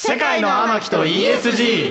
世界の天木と ESG。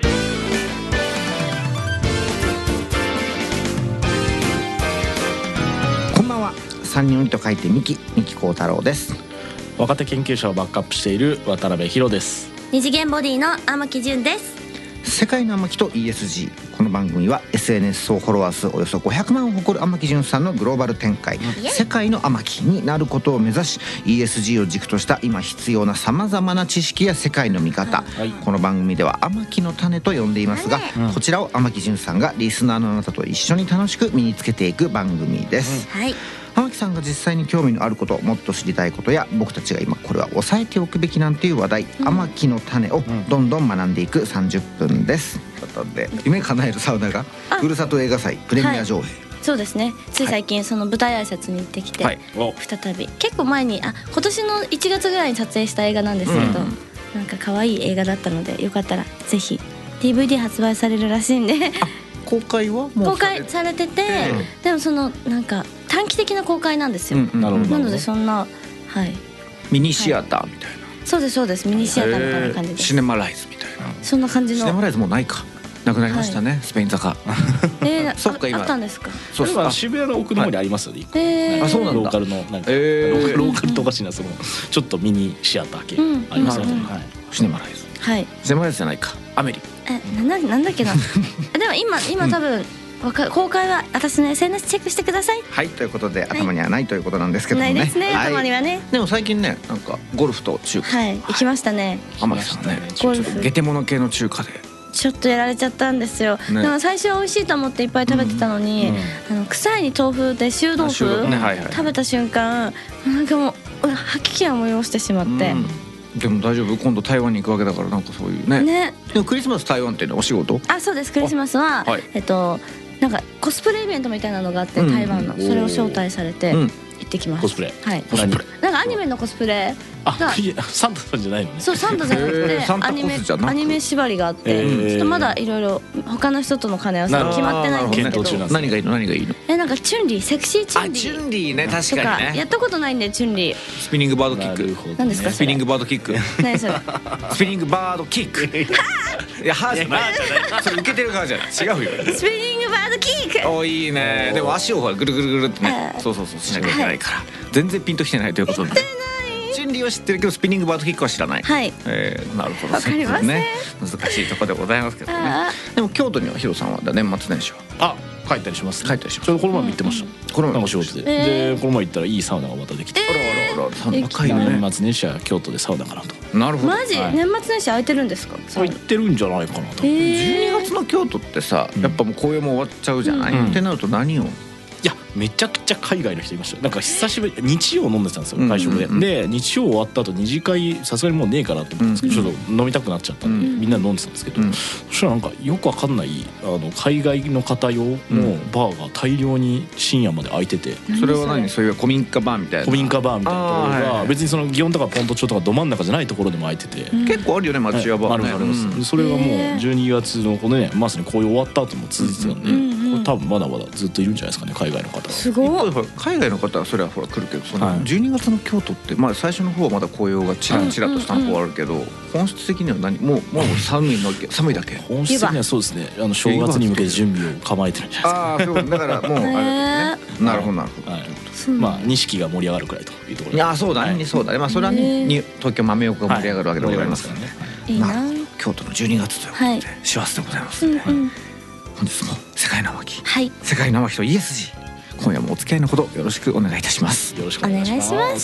こんばんは。三人と書いて三木幸太郎です。 若手研究者をバックアップしている渡辺博です。 二次元ボディの天木純です。 世界の天木と ESG。 この番組は SNS 総フォロワー数およそ500万を誇る天木純さんのグローバル展開、世界の天木になることを目指し ESG を軸とした今必要なさまざまな知識や世界の見方、この番組では天木の種と呼んでいますが、こちらを天木純さんがリスナーのあなたと一緒に楽しく身につけていく番組です。天木さんが実際に興味のあること、もっと知りたいことや僕たちが今これは押さえておくべきなんていう話題、天木の種をどんどん学んでいく30分です。ということで、夢叶えるサウナがふるさと映画祭プレミア上映、 そうですね。つい最近その舞台挨拶に行ってきて、再び結構前に今年の1月ぐらいに撮影した映画なんですけど、なんか可愛い映画だったので、よかったらぜひ DVD 発売されるらしいんで公開はもう公開されてて、でもそのなんか短期的な公開なんですよ。なのでそんなミニシアターみたいな。 そうですそうです。ミニシアターみたいな感じです。 シネマライズみたいな、 そんな感じの。 シネマライズもうないか、なくなりましたね、スペイン坂。そっか、今あったんですか。 それは渋谷の奥の方にありますよね。 あ、そうなんだ。 ローカルのなんかローカルとおかしいな、そのちょっとミニシアター系ありますよね。 シネマライズ、シネマライズじゃないか、アメリなんだっけな。でも今多分公開は私の SNS チェックしてください。 はい、ということで頭にはないということなんですけどもね。 ないですね、頭にはね。 でも最近ね、なんかゴルフと中華、 行きましたね。 天木さんね、ちょっとゲテモノ系の中華でちょっとやられちゃったんですよ。でも最初は美味しいと思っていっぱい食べてたのに、臭い豆腐で臭豆腐食べた瞬間、なんかもう吐き気を催してしまって。 でも大丈夫、今度台湾に行くわけだから、なんかそういうね。でもクリスマス台湾っていうのはお仕事？ あ、そうです。クリスマスはなんかコスプレイベントみたいなのがあって、台湾のそれを招待されて行ってきます。 コスプレ。 なんかアニメのコスプレがサンタさんじゃないのね。 そう、サンタじゃなくてアニメ縛りがあって、ちょっとまだいろいろ他の人との兼ね合わせが決まってないんですけど。 何がいいの？ なんかチュンリー、セクシーチュンリー。 チュンリーね、確かにね。 やったことないんでチュンリー。 スピニングバードキック。 何ですか？ スピニングバードキック。 何それ？ スピニングバードキック。いや、ハーじゃない。それ受けてる側じゃない。違うよ。 スピニングバードキック。 お、いいね。でも足をほらぐるぐるぐるってね、そうしなきゃいけないから、全然ピンときてないということで。チュンリーは知ってるけどスピニングバードキックは知らない。なるほど。わかりますね。難しいところでございますけどね。でも京都にはヒロさんは年末年始は帰ったりします。 帰ったりします。 それこの前も行ってました。この前お仕事で。でこの前行ったらいいサウナがまたできて。 サウナ高いね。 年末年始は京都でサウナかなと。 なるほど。 マジ？年末年始空いてるんですか？ 行ってるんじゃないかなと。 12月の京都ってさ、やっぱもう紅葉も終わっちゃうじゃない。ってなると何を？ いや、めちゃくちゃ海外の人いました。なんか久しぶり日曜飲んでたんですよ、会食で。で日曜終わった後二次会さすがにもうねえかなと思ったんですけど、ちょっと飲みたくなっちゃったんでみんな飲んでたんですけど、そしたらなんかよくわかんない海外の方用のバーが大量に深夜まで開いてて。 それは何？そういう古民家バーみたいな。 古民家バーみたいなところが別にその祇園とかポント町とかど真ん中じゃないところでも開いてて、 結構あるよね、町屋バー。 あります。それがもう12月のこのね、まさに紅葉終わった後も続いてたんで、これ多分まだまだずっといるんじゃないですかね、海外の方は。 すごい。 海外の方はそれはほら来るけど、その12月の京都って、まあ最初の方はまだ紅葉がチラチラとしたの方はあるけど、本質的には何？もう寒いだけ。 本質的にはそうですね。正月に向けて準備を構えてるんじゃないですか。 だからもうあれですね。なるほど。 まあ錦が盛り上がるくらいというところ。 いや、そうだね。まあそれはね、東京豆岡が盛り上がるわけでございますからね。 いいな。 京都の12月ということで幸せでございますね。本日も世界の天木、世界の天木と ESG、今夜もお付き合いのほどよろしくお願いいたします。 よろしくお願いします。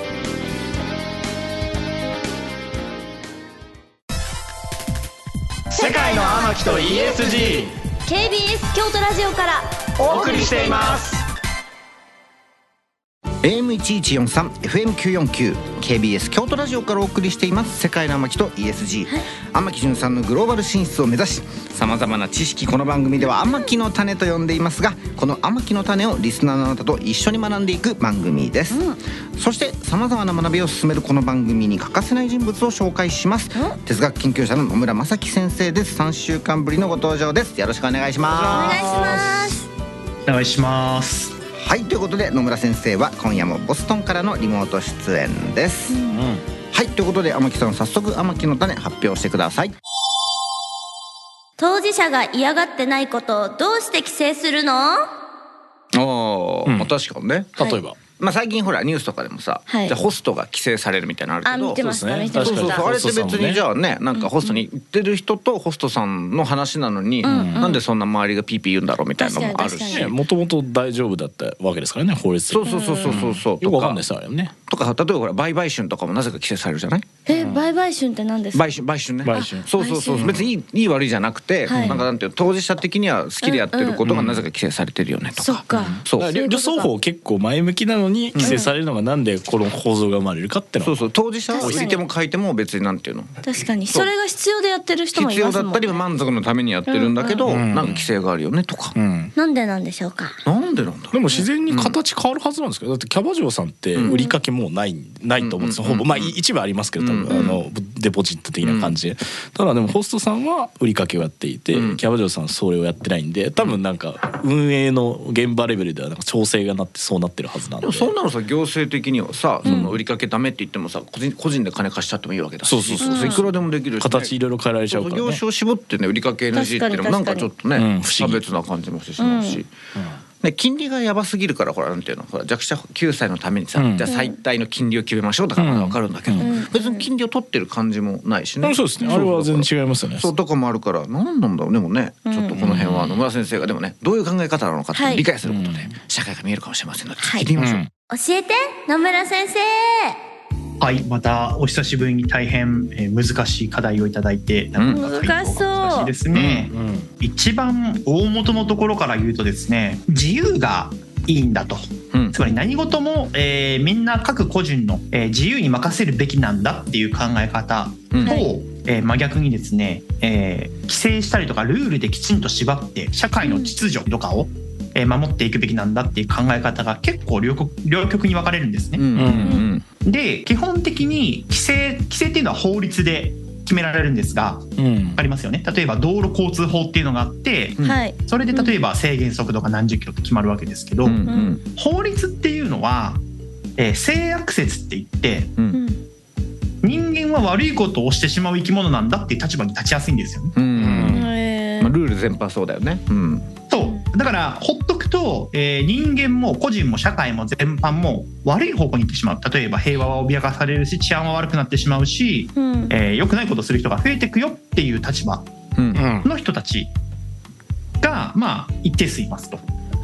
世界の天木と ESG、 KBS 京都ラジオからお送りしています。 AM1143 FM949 KBS 京都ラジオからお送りしています世界の天木と ESG、天木純さんのグローバル進出を目指し、さまざまな知識、この番組では天木の種と呼んでいますが、この天木の種をリスナーのあなたと一緒に学んでいく番組です。そしてさまざまな学びを進めるこの番組に欠かせない人物を紹介します。哲学研究者の野村正樹先生です。3週間ぶりのご登場です。よろしくお願いします。 お願いします。 はい、ということで野村先生は今夜もボストンからのリモート出演です。はい、というということで天木さん早速天木の種発表してください。 当事者が嫌がってないことをどうして規制するの？ まあ確かにね。 例えば、 まあ最近ほらニュースとかでもさ、 はいじゃあホストが規制されるみたいなのあるけど、 見てましたそうですね見てました。 そうそうそう、あれって別ホストさんもねにじゃあね、なんかホストに行ってる人とホストさんの話なのに、なんでそんな周りがピーピー言うんだろうみたいなのもあるし、 確かにもともと大丈夫だったわけですからね、法律的に。 そうよくわかんないですあれね。 とか例えばほら売買春とかもなぜか規制されるじゃない？ 売買春って何ですか？ 売春ね。 売春そう売春別にいい悪いじゃなくて、 はいなんかなんていうの、当事者的には好きでやってることがなぜか規制されてるよねとか。 そっか。 そうだから両双方結構前向きなのに規制されるのがなんでこの構造が生まれるかってのは、 当事者は売り手も買い手も別になんていうの、 確かにそれが必要でやってる人もい必ますもんね。 要だったり満足のためにやってるんだけど、 んなんか規制があるよねとか。 なんでなんでしょうか。 なんでなんだろう。 でも自然に形変わるはずなんですけど、だってキャバ嬢さんって売りかけもうないと思うんですよ、ほぼ。まあ一部ありますけど、多分デポジット的な感じで。ただでもホストさんは売りかけをやっていて、キャバ嬢さんはそれをやってないんで、多分なんか運営の現場レベルではなんか調整がなってそうなってるはずなんで。 でもそんなのさ、行政的にはさ、その売りかけダメって言ってもさ、個人で金貸しちゃってもいいわけだし、 そういくらでもできるしね、 形いろいろ変えられちゃうからね。 業種を絞ってね売りかけ NG っていうのもなんかちょっとね、差不思議別な感じもしてしまうし、で金利がやばすぎるから、ほらなんていうの、ほら弱者救済のためにさ、じゃあ最大の金利を決めましょうとか分かるんだけど、別に金利を取ってる感じもないしね。 そうですね、あれは全然違いますよね。 そうとかもあるから、何なんだろうね。もうね、ちょっとこの辺は野村先生がでもね、どういう考え方なのかって理解することで社会が見えるかもしれませんので、聞いてみましょう。 教えて野村先生。 はい、またお久しぶりに大変難しい課題をいただいて、なかなか回答が難しいですね。一番大元のところから言うとですね、自由がいいんだと、つまり何事も、みんな各個人の、自由に任せるべきなんだっていう考え方と、真逆にですね、規制したりとかルールできちんと縛って社会の秩序とかを守っていくべきなんだっていう考え方が結構両極に分かれるんですね。で基本的に規制っていうのは法律で決められるんですが、ありますよね。例えば道路交通法っていうのがあって、それで例えば制限速度が何十キロって決まるわけですけど、法律っていうのは、性悪説って言って、人間は悪いことをしてしまう生き物なんだっていう立場に立ちやすいんですよね。 ルール全般そうだよね。 そうだからほっとくと、人間も個人も社会も全般も悪い方向に行ってしまう。例えば平和は脅かされるし、治安は悪くなってしまうし、良くないことをする人が増えていくよっていう立場の人たちがまあ一定数いますと。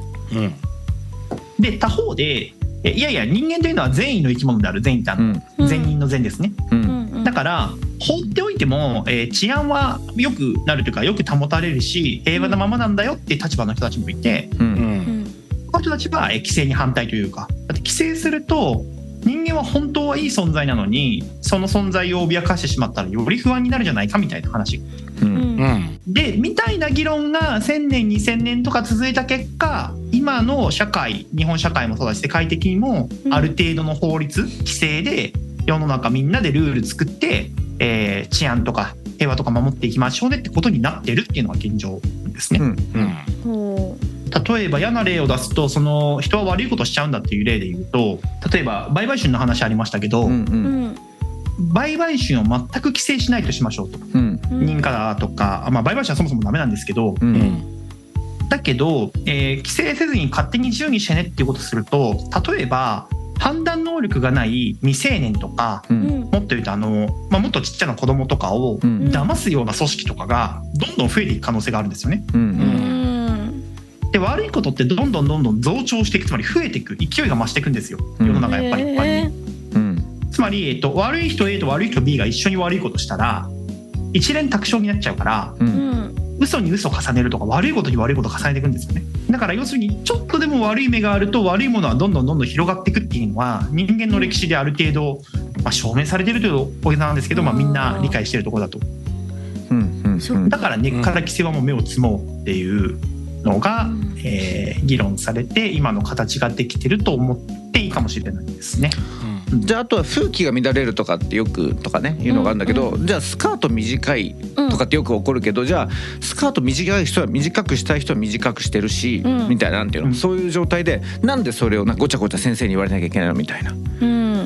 で他方でいやいや人間というのは善意の生き物である。善意って善人の善ですね。だから放っておいても、治安は良くなるというかよく保たれるし平和なままなんだよっていう立場の人たちもいて、この人たちは規制に反対というか、だって規制すると人間は本当はいい存在なのにその存在を脅かしてしまったらより不安になるじゃないかみたいな話、でみたいな議論が1000年2000年とか続いた結果、今の社会、日本社会もそうだし世界的にもある程度の法律規制で世の中みんなでルール作って、治安とか平和とか守っていきましょうねってことになってるっていうのが現状ですね。例えば嫌な例を出すと、その人は悪いことしちゃうんだっていう例で言うと、例えば売買春の話ありましたけど、売買春を全く規制しないとしましょうと、認可だとか、売買春はそもそもダメなんですけど、だけど、規制せずに勝手に自由にしてねっていうことをすると、例えば判断能力がない未成年とか、もっと言うともっとちっちゃな子供とかを騙すような組織とかがどんどん増えていく可能性があるんですよね。で悪いことってどんどん増長していく、つまり増えていく、勢いが増していくんですよ、世の中やっぱりいっぱいに。つまり、悪い人 A と悪い人 B が一緒に悪いことしたら一連卓勝になっちゃうから、嘘に嘘を重ねるとか悪いことに悪いことを重ねていくんですよね。だから要するにちょっとでも悪い目があると悪いものはどんどん広がっていくっていうのは人間の歴史である程度、証明されているという大げさなんですけど、みんな理解しているところだと。だから根っから規制はもう目をつもうっていうのが、議論されて今の形ができてると思っていいかもしれないですね。 じゃああとは風紀が乱れるとかってよくとかねいうのがあるんだけど、じゃあスカート短いとかってよく起こるけど、じゃあスカート短い人は短くしたい人は短くしてるし、みたいな、なんていうの、そういう状態でなんでそれをごちゃごちゃ先生に言われなきゃいけないのみたいな、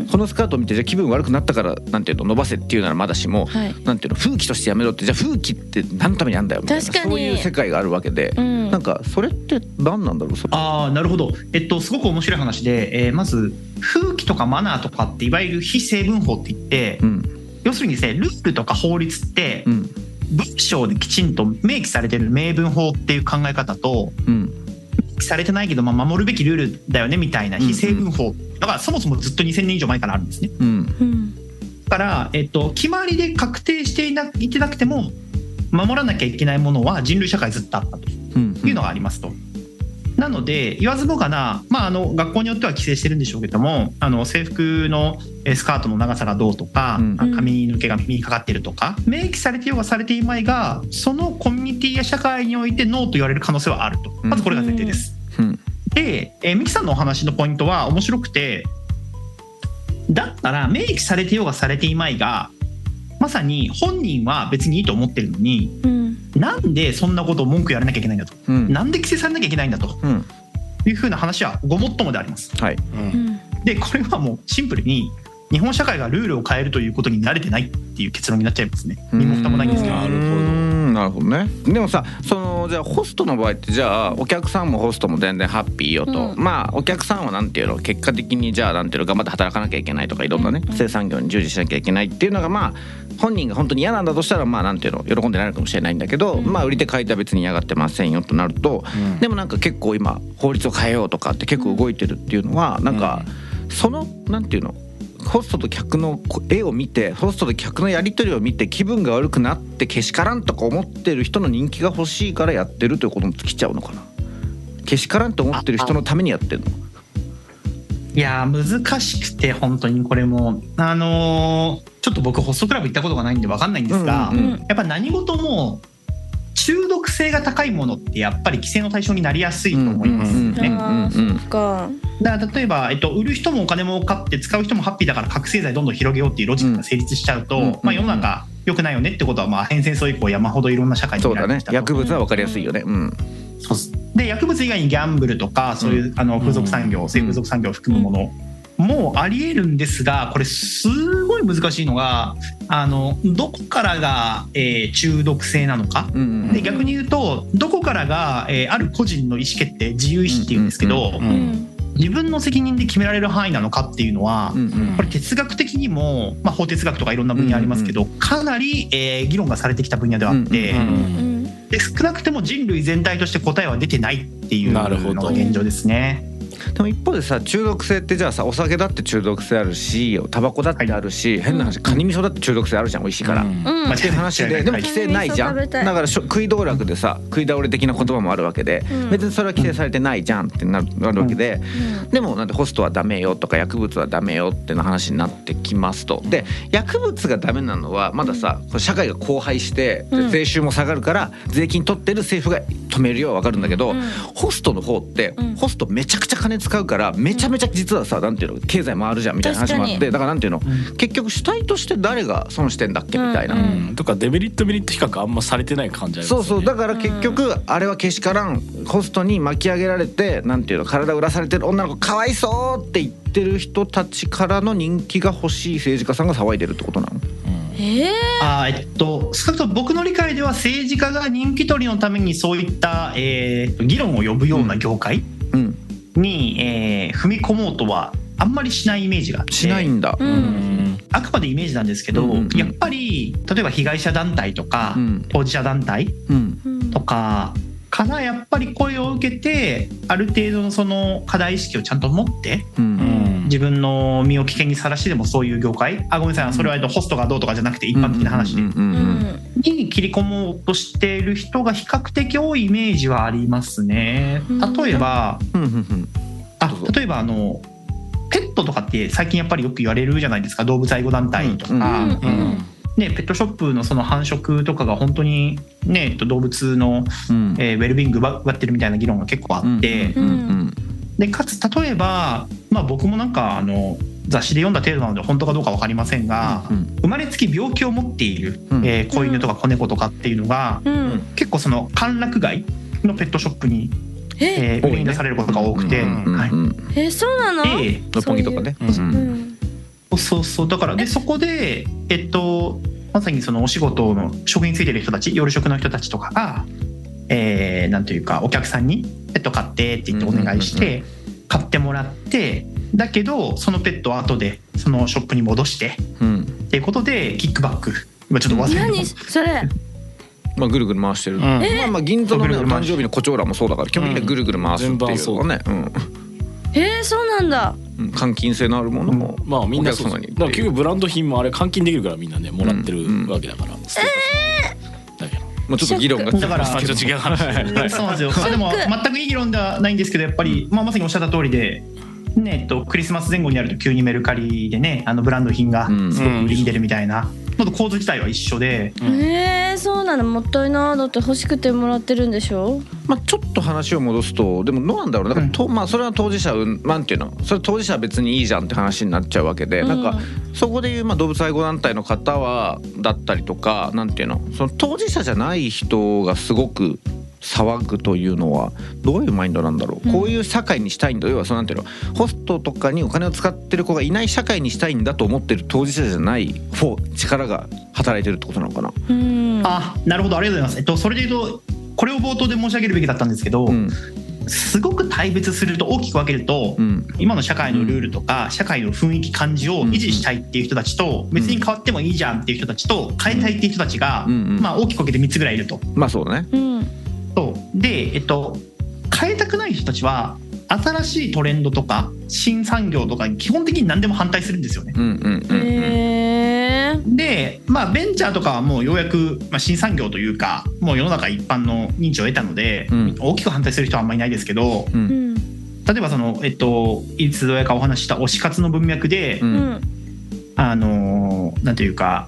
このスカートを見てじゃあ気分悪くなったからなんていうの伸ばせっていうならまだしも、なんていうの風紀としてやめろってじゃあ風紀って何のためにあんだよみたいなそういう世界があるわけで、なんかそれって何なんだろう。 なるほど。すごく面白い話で、まず風紀とかマナーとかっていわゆる非成分法って言って、要するにですねルールとか法律って、文章できちんと明記されてる明文法っていう考え方と、明記されてないけど、守るべきルールだよねみたいな非成分法だからそもそもずっと2000年以上前からあるんですね。だから、決まりで確定していてなくても守らなきゃいけないものは人類社会ずっとあったというのがありますと。なので言わずもがな、学校によっては規制してるんでしょうけども制服のスカートの長さがどうとか、髪の毛が耳にかかってるとか明記されてようがされていまいがそのコミュニティや社会においてノーと言われる可能性はあると。まずこれが前提です。で、ミキさんのお話のポイントは面白くて、だったら明記されてようがされていまいがまさに本人は別にいいと思ってるのに、なんでそんなことを文句やらなきゃいけないんだと、なんで規制されなきゃいけないんだと、いうふうな話はごもっともであります。でこれはもうシンプルに日本社会がルールを変えるということに慣れてないっていう結論になっちゃいますね。身も蓋もないんですけど。 なるほどね。でもさじゃあホストの場合ってじゃあお客さんもホストも全然ハッピーよと、お客さんはなんていうの結果的にじゃあなんていうの頑張って働かなきゃいけないとかいろんなね生産業に従事しなきゃいけないっていうのが本人が本当に嫌なんだとしたらなんていうの喜んでないのかもしれないんだけど、売り手買い手は別に嫌がってませんよとなると、でもなんか結構今法律を変えようとかって結構動いてるっていうのはなんかそのなんていうのホストと客の絵を見てホストと客のやり取りを見て気分が悪くなってけしからんとか思ってる人の人気が欲しいからやってるということも尽きちゃうのかな。けしからんと思ってる人のためにやってるの。 いや難しくて本当にこれもちょっと僕ホストクラブ行ったことがないんで分かんないんですが、やっぱ何事も中毒性が高いものってやっぱり規制の対象になりやすいと思いますね。だから例えば、売る人もお金もかって使う人もハッピーだから覚醒剤どんどん広げようっていうロジックが成立しちゃうと、世の中良くないよねってことは変戦争以降山ほどいろんな社会に見られてきたと。 薬物は分かりやすいよね。 そうで薬物以外にギャンブルとかそういう風俗産業、性風俗産業を含むものもありえるんですが、これすごい難しいのがどこからが、中毒性なのか、で逆に言うとどこからが、ある個人の意思決定自由意思っていうんですけど、自分の責任で決められる範囲なのかっていうのは、これ哲学的にも、法哲学とかいろんな分野ありますけど、かなり、議論がされてきた分野ではあって、で少なくても人類全体として答えは出てないっていうのが現状ですね。 でも一方でさ中毒性ってじゃあさお酒だって中毒性あるしタバコだってあるし、変な話カニ味噌だって中毒性あるじゃん美味しいから、っていう話ででも規制ないじゃん。だから食い道楽でさ食い倒れ的な言葉もあるわけで、別にそれは規制されてないじゃんってなるわけで、でもなんでホストはダメよとか薬物はダメよっての話になってきますと。で薬物がダメなのはまださ社会が荒廃して税収も下がるから税金取ってる政府が止めるようは分かるんだけど、ホストの方ってホストめちゃくちゃ金使うからめちゃめちゃ実はさなんていうの経済回るじゃんみたいな話もあって、だからなんていうの結局主体として誰が損してんだっけみたいな、 とかデメリットメリット比較あんまされてない感じありますよね。 そうだから結局あれはけしからんホストに巻き上げられてなんていうの体を売らされてる女の子かわいそうって言ってる人たちからの人気が欲しい政治家さんが騒いでるってことなの？ 少なくとも僕の理解では政治家が人気取りのためにそういった、議論を呼ぶような業界に、踏み込もうとはあんまりしないイメージがあって。 しないんだ。 あくまでイメージなんですけど、やっぱり例えば被害者団体とか、当事者団体とかからやっぱり声を受けてある程度のその課題意識をちゃんと持って、自分の身を危険にさらしてでもそういう業界ごめんなさいそれはホストがどうとかじゃなくて一般的な話でに切り込もうとしている人が比較的多いイメージはありますね。例えばペットとかって最近やっぱりよく言われるじゃないですか。動物愛護団体とか、ペットショップのその繁殖とかが本当に、動物の、ウェルビーイング奪ってるみたいな議論が結構あって、でかつ例えば、僕もなんか雑誌で読んだ程度なので本当かどうか分かりませんが、生まれつき病気を持っている、子犬とか子猫とかっていうのが、結構その歓楽街のペットショップに売りに出されることが多くて、 そうなの？ 六本木とかね。 そうだからでそこでまさにそのお仕事の職についてる人たち、夜職の人たちとかが、なんというかお客さんにペット飼ってって言ってお願いして買ってもらって、だけどそのペットを後でそのショップに戻して、っていうことでキックバック、今ちょっと忘れて何それ。 まあぐるぐる回してる、まあ銀座のね誕生日のコチョウランもそうだから基本的にはぐるぐる回すっていうのがね、 そうなんだ。 換金性のあるものも、 まあみんなそうだから結局ブランド品もあれ換金できるからみんなねもらってるわけだから。だけどまあちょっと議論がだからちょっと違う話。 そうなんですよ。でも全くいい議論ではないんですけど、やっぱり、まあ、まさにおっしゃった通りで、ね、クリスマス前後になると急にメルカリでね、ブランド品がすごく売りに出るみたいな、構図自体は一緒で、 そうなの。もったいな。だって欲しくてもらってるんでしょ。 まあちょっと話を戻すと、でもどうなんだろう、だからまあそれは当事者なんていうの、それ当事者は別にいいじゃんって話になっちゃうわけで、なんかそこでいう動物愛護団体の方はだったりとか、なんていうの、その当事者じゃない人がすごく騒ぐというのはどういうマインドなんだろう、こういう社会にしたいんだ、要はそうなんていうの、ホストとかにお金を使ってる子がいない社会にしたいんだと思ってる当事者じゃない力が働いてるってことなのかな。 あ、なるほど、ありがとうございます。それでいうとこれを冒頭で申し上げるべきだったんですけど、すごく対別すると、大きく分けると、今の社会のルールとか社会の雰囲気感じを維持したいっていう人たちと、別に変わってもいいじゃんっていう人たちと、変えたいっていう人たちが、まあ大きく分けて3つぐらいいると。 まあそうだね。 で、変えたくない人たちは新しいトレンドとか新産業とかに基本的に何でも反対するんですよね。で、まあベンチャーとかはもうようやく、まあ、新産業というかもう世の中一般の認知を得たので、大きく反対する人はあんまりいないですけど、例えばそのいつぞやかお話した推し活の文脈で、なんていうか、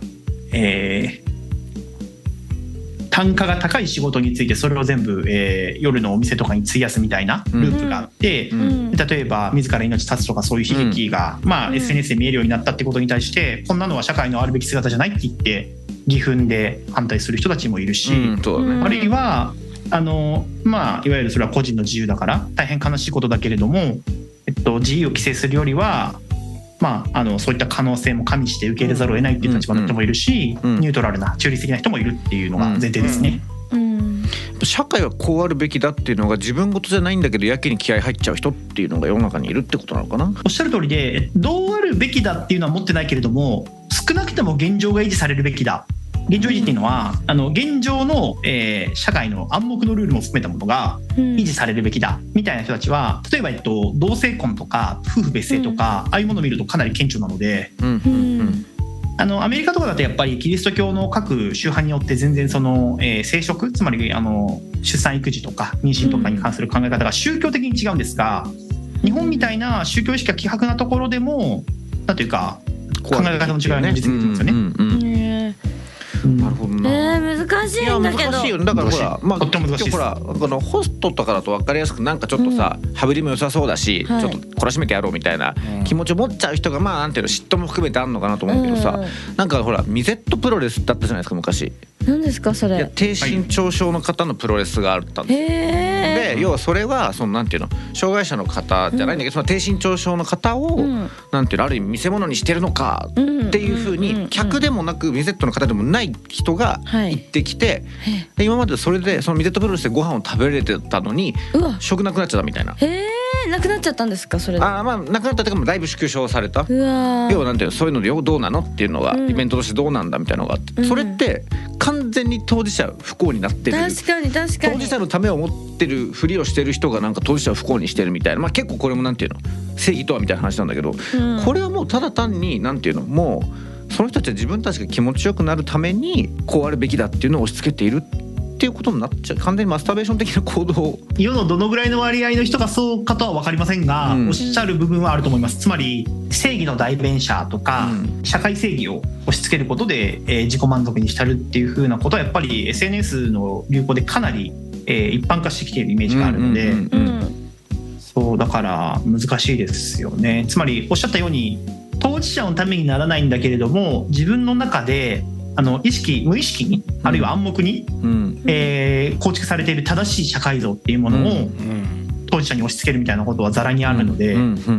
単価が高い仕事についてそれを全部、夜のお店とかに費やすみたいなループがあって、例えば自ら命絶つとかそういう悲劇が、まあ、SNS で見えるようになったってことに対して、こんなのは社会のあるべき姿じゃないって言って義憤で反対する人たちもいるし、あるいはまあ、いわゆるそれは個人の自由だから大変悲しいことだけれども、自由を規制するよりは、まあ、そういった可能性も加味して受け入れざるを得ないっていう立場の人もいるし、ニュートラルな中立的な人もいるっていうのが前提ですね。 社会はこうあるべきだっていうのが自分事じゃないんだけどやけに気合入っちゃう人っていうのが世の中にいるってことなのかな。 おっしゃる通りで、どうあるべきだっていうのは持ってないけれども、少なくとも現状が維持されるべきだ。現状維持っていうのは現状の、社会の暗黙のルールも含めたものが維持されるべきだみたいな人たちは、例えば、同性婚とか夫婦別姓とか、ああいうものを見るとかなり顕著なので、アメリカとかだとやっぱりキリスト教の各宗派によって全然その、生殖、つまり出産育児とか妊娠とかに関する考え方が宗教的に違うんですが、日本みたいな宗教意識が希薄なところでもなんていうか考え方の違いが実現できますよね。 なるほどな。 難しいんだけど。 難しいよね。だからほら、まあ今日ほらこのホストとかだと分かりやすくなんかちょっとさ、羽振りも良さそうだし、ちょっと懲らしめてやろうみたいな気持ちを持っちゃう人がまあなんていうの嫉妬も含めてあるのかなと思うけどさ、なんかほらミゼットプロレスだったじゃないですか昔。 何ですかそれ。 いや低身長症の方のプロレスがあったんですよ。で要はそれはそのなんていうの障害者の方じゃないんだけど、その低身長症の方をなんていうのある意味見せ物にしてるのかっていうふうに客でもなくミゼットの方でもない人が行ってきて、で今までそれでそのミゼットプロレスでご飯を食べれてたのに食なくなっちゃったみたいな。 なくなっちゃったんですかそれで。 まあなくなったというかだいぶ縮小された。要はなんていうのそういうのでどうなのっていうのがイベントとしてどうなんだみたいなのがあって、それって完全に当事者不幸になってる。 確かに当事者のためを思ってるふりをしてる人がなんか当事者を不幸にしてるみたいな、まあ結構これもなんていうの正義とはみたいな話なんだけど、これはもうただ単になんていうのもうその人たちは自分たちが気持ちよくなるためにこうあるべきだっていうのを押し付けているっていうことになっちゃう。完全にマスターベーション的な行動を。 世のどのぐらいの割合の人がそうかとは分かりませんが、おっしゃる部分はあると思います。つまり正義の代弁者とか、社会正義を押し付けることで、自己満足に浸るっていう風なことはやっぱり SNS の流行でかなり、一般化してきているイメージがあるので、そうだから難しいですよね。つまりおっしゃったように当事者のためにならないんだけれども、自分の中で無意識にあるいは暗黙に、構築されている正しい社会像っていうものを当事者に押し付けるみたいなことはざらにあるので、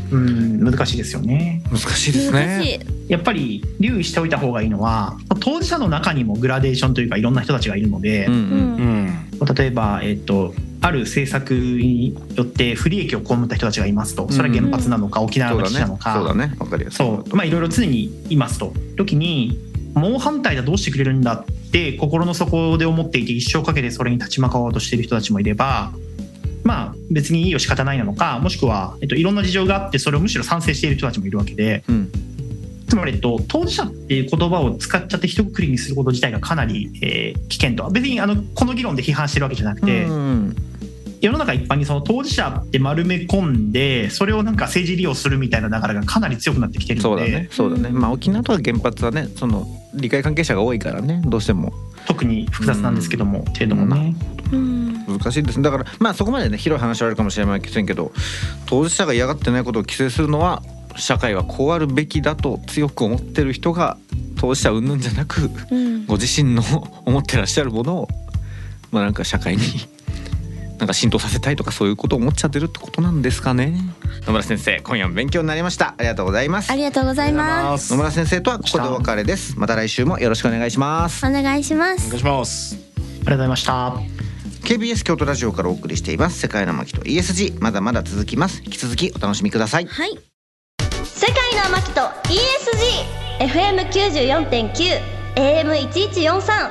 難しいですよね。 難しいですね。 やっぱり留意しておいた方がいいのは、当事者の中にもグラデーションというかいろんな人たちがいるので、例えば、ある政策によって不利益を被った人たちがいますと、それは原発なのか沖縄の基地なのか、 そうだね、わかりやすい。 そう、いろいろ常にいますと時に、猛反対だ、どうしてくれるんだって心の底で思っていて、一生かけてそれに立ち向かおうとしている人たちもいれば、別にいいよ仕方ないなのか、もしくは、いろんな事情があってそれをむしろ賛成している人たちもいるわけで、つまり、当事者っていう言葉を使っちゃって一括りにすること自体がかなり、危険とは。別にこの議論で批判してるわけじゃなくて、世の中一般にその当事者って丸め込んで、それをなんか政治利用するみたいな流れがかなり強くなってきてるので、 そうだね。沖縄とか原発はね、その理解関係者が多いからね、どうしても特に複雑なんですけども、程度もね、 難しいです。だからそこまでね広い話はあるかもしれませんけど、当事者が嫌がってないことを規制するのは、社会はこうあるべきだと強く思ってる人が、当事者云々じゃなく、ご自身の思ってらっしゃるものを、なんか社会になんか浸透させたいとか、そういうことを思っちゃってるってことなんですかね。野村先生、今夜も勉強になりました。ありがとうございます。 ありがとうございます。 野村先生とはここでお別れです。また来週もよろしくお願いします。 お願いします。 お願いします。 ありがとうございました。 KBS 京都ラジオからお送りしています世界の天木と ESG、 まだまだ続きます。引き続きお楽しみください。 はい。世界の天木と ESG、FM94.9、AM1143。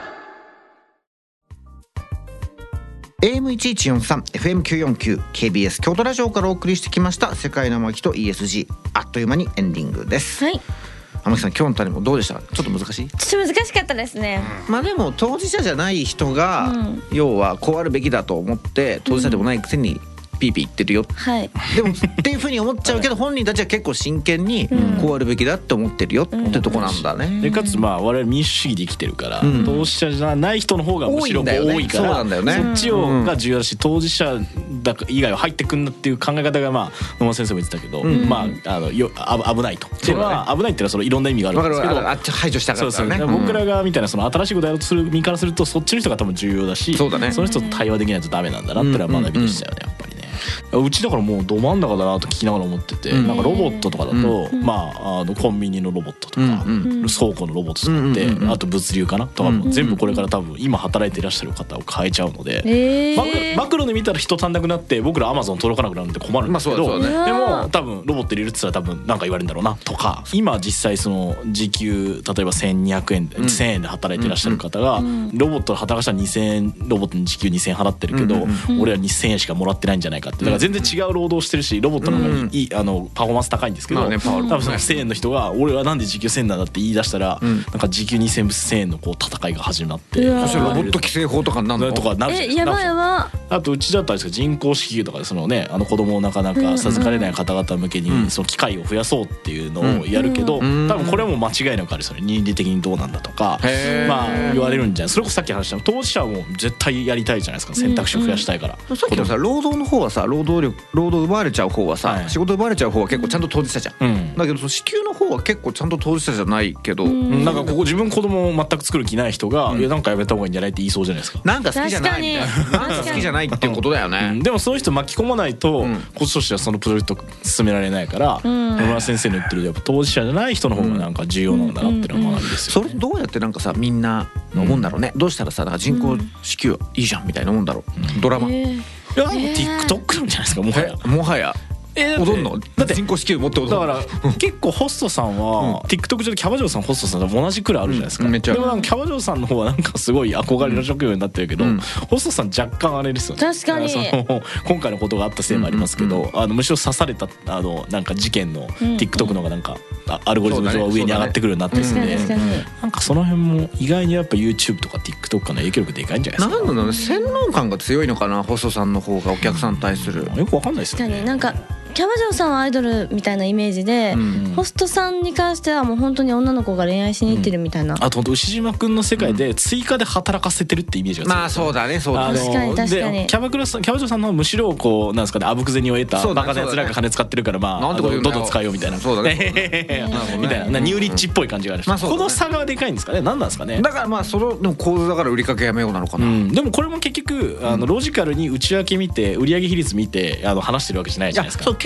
AM1143、FM949、KBS 京都ラジオからお送りしてきました世界の天木と ESG、 あっという間にエンディングです。 はい。 天木さん、今日の種もどうでした？ちょっと難しい？ ちょっと難しかったですね。 でも当事者じゃない人が、要はこうあるべきだと思って当事者でもないくせにピーピー言ってるよ、 はい、 でもっていう風に思っちゃうけど、本人たちは結構真剣にこうあるべきだって思ってるよってとこなんだね。 でかつ我々民主主義で生きてるから、当事者じゃない人の方がむしろ多いから、そっちが重要だし、当事者以外は入ってくんなっていう考え方が野村先生も言ってたけど、危ないと。では危ないっていうのはいろんな意味があるんですけど、 あっち排除したからね。 そうですね。僕らがみたいなその新しいことやろうとする身からすると、そっちの人が多分重要だし、その人と対話できないとダメなんだなっていうのは学びでしたよね、やっぱりね。うちだからもうど真ん中だなと聞きながら思ってて、なんかロボットとかだと、コンビニのロボットとか、倉庫のロボットとかって、あと物流かなとかも全部これから多分今働いていらっしゃる方を変えちゃうので、マクロで見たら人足んなくなって僕らアマゾン届かなくなるんで困るんですけど、でも多分ロボット入れるって言ったら多分なんか言われるんだろうなとか、今実際その時給例えば1200円で1000円で働いていらっしゃる方が、ロボットで働かしたら2000円、ロボットに時給2000円払ってるけど、俺は2000円しかもらってないんじゃないかって。だから全然違う労働してるし、ロボットの方がいい、パフォーマンス高いんですけど、多分その1000円の人が俺はなんで時給1000円なんだって言い出したら、なんか時給2000、1000円のこう戦いが始まって、 そしたらロボット規制法とかになるのとかなるじゃないですか。 やばいやば。 あとうちだったらですけど、人工支給とかでそのね、子供をなかなか授かれない方々向けにその機会を増やそうっていうのをやるけど、多分これはもう間違いなくある、それ倫理的にどうなんだとか言われるんじゃない。それこそさっき話した当事者はもう絶対やりたいじゃないですか、選択肢を増やしたいから。 さっきのさ、労働の方はさ、労働奪われちゃう方はさ、仕事奪われちゃう方は結構ちゃんと当事者じゃん、だけど支給の方は結構ちゃんと当事者じゃないけど、 なんか自分子供を全く作る気ない人が、いやなんかやめた方がいいんじゃないって言いそうじゃないですか。 なんか好きじゃないみたいな、なんか好きじゃないっていうことだよね。 でもそういう人巻き込まないと、こっちとしてはそのプロジェクト進められないから、野村先生の言ってるやっぱ当事者じゃない人の方がなんか重要なんだなっていうのは学びですよね。 それどうやってなんかさ、みんな思うんだろうね。どうしたらさ、人工支給いいじゃんみたいなもんだろう。ドラマ。いや、TikTok なんじゃないですか、 もはや。踊んのだって人工支給持って踊る。だから結構ホストさんは TikTok 上でキャバ嬢さんホストさんと同じくらいあるじゃないですか。でもなんかキャバ嬢さんの方はなんかすごい憧れの職業になってるけど、ホストさん若干あれですよね。 確かに今回のことがあったせいもありますけど、むしろ刺されたなんか事件の TikTok のがなんかアルゴリズム上は上に上がってくるようになってるんで、なんかその辺も意外にやっぱ YouTube とか TikTok の影響力でかいんじゃないですか。 なんだろうね、洗脳感が強いのかな、ホストさんの方がお客さんに対する。 よくわかんないですよね。 確かになんかキャバ嬢さんはアイドルみたいなイメージで、ホストさんに関してはもう本当に女の子が恋愛しに行ってるみたいな、 あと牛島くんの世界で追加で働かせてるってイメージが強い。 まあそうだね、そうだね。 確かに確かに。 キャバ嬢さんのむしろこうなんですかね、あぶく銭を得たバカなやつらが金使ってるから、まあどんどん使うよみたいな、そうだねみたいなニューリッチっぽい感じがある。この差がでかいんですかね。何なんですかね。 だからまあその構図だから売りかけやめようなのかな。 でもこれも結局ロジカルに内訳見て売上比率見て話してるわけじゃないじゃないですか。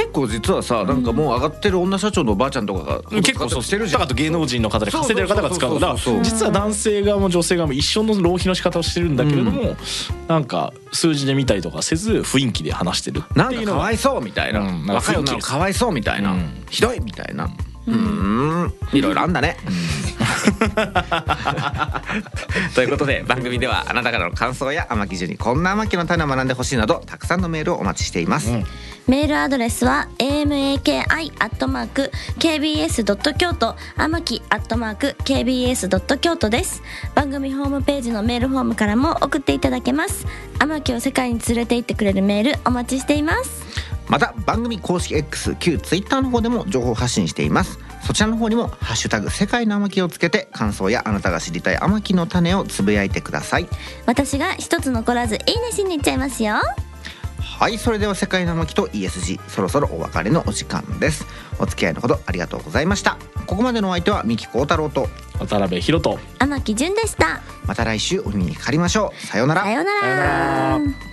結構実はさ、なんかもう上がってる女社長のおばあちゃんとかが結構そうしてるじゃん。 あと芸能人の方で稼いでる方が使うから実は男性側も女性側も一緒の浪費の仕方をしてるんだけれども、なんか数字で見たりとかせず雰囲気で話してるってなんいうのがかかわいそうみたいな、若い女の子かわいそうみたいな、ひどいみたいな、いろいろあんだね。ということで番組ではあなたからの感想や天城にこんな天城の種を学んでほしいなどたくさんのメールをお待ちしています。 メールアドレスは amaki@kbs.kyoto 天城@kbs.kyoto です。番組ホームページのメールフォームからも送っていただけます。天城を世界に連れて行ってくれるメールお待ちしています。 また番組公式 X 旧 Twitter の方でも情報発信しています。そちらの方にもハッシュタグ世界の天城をつけて感想やあなたが知りたい天城の種をつぶやいてください。 私が一つ残らずいいねしに行っちゃいますよ。 はい、それでは世界の天城と ESG そろそろお別れのお時間です。お付き合いのほどありがとうございました。ここまでのお相手は三木幸太郎と渡辺裕人、 天城純でした。 また来週お耳にかかりましょう。さようなら。 さようなら。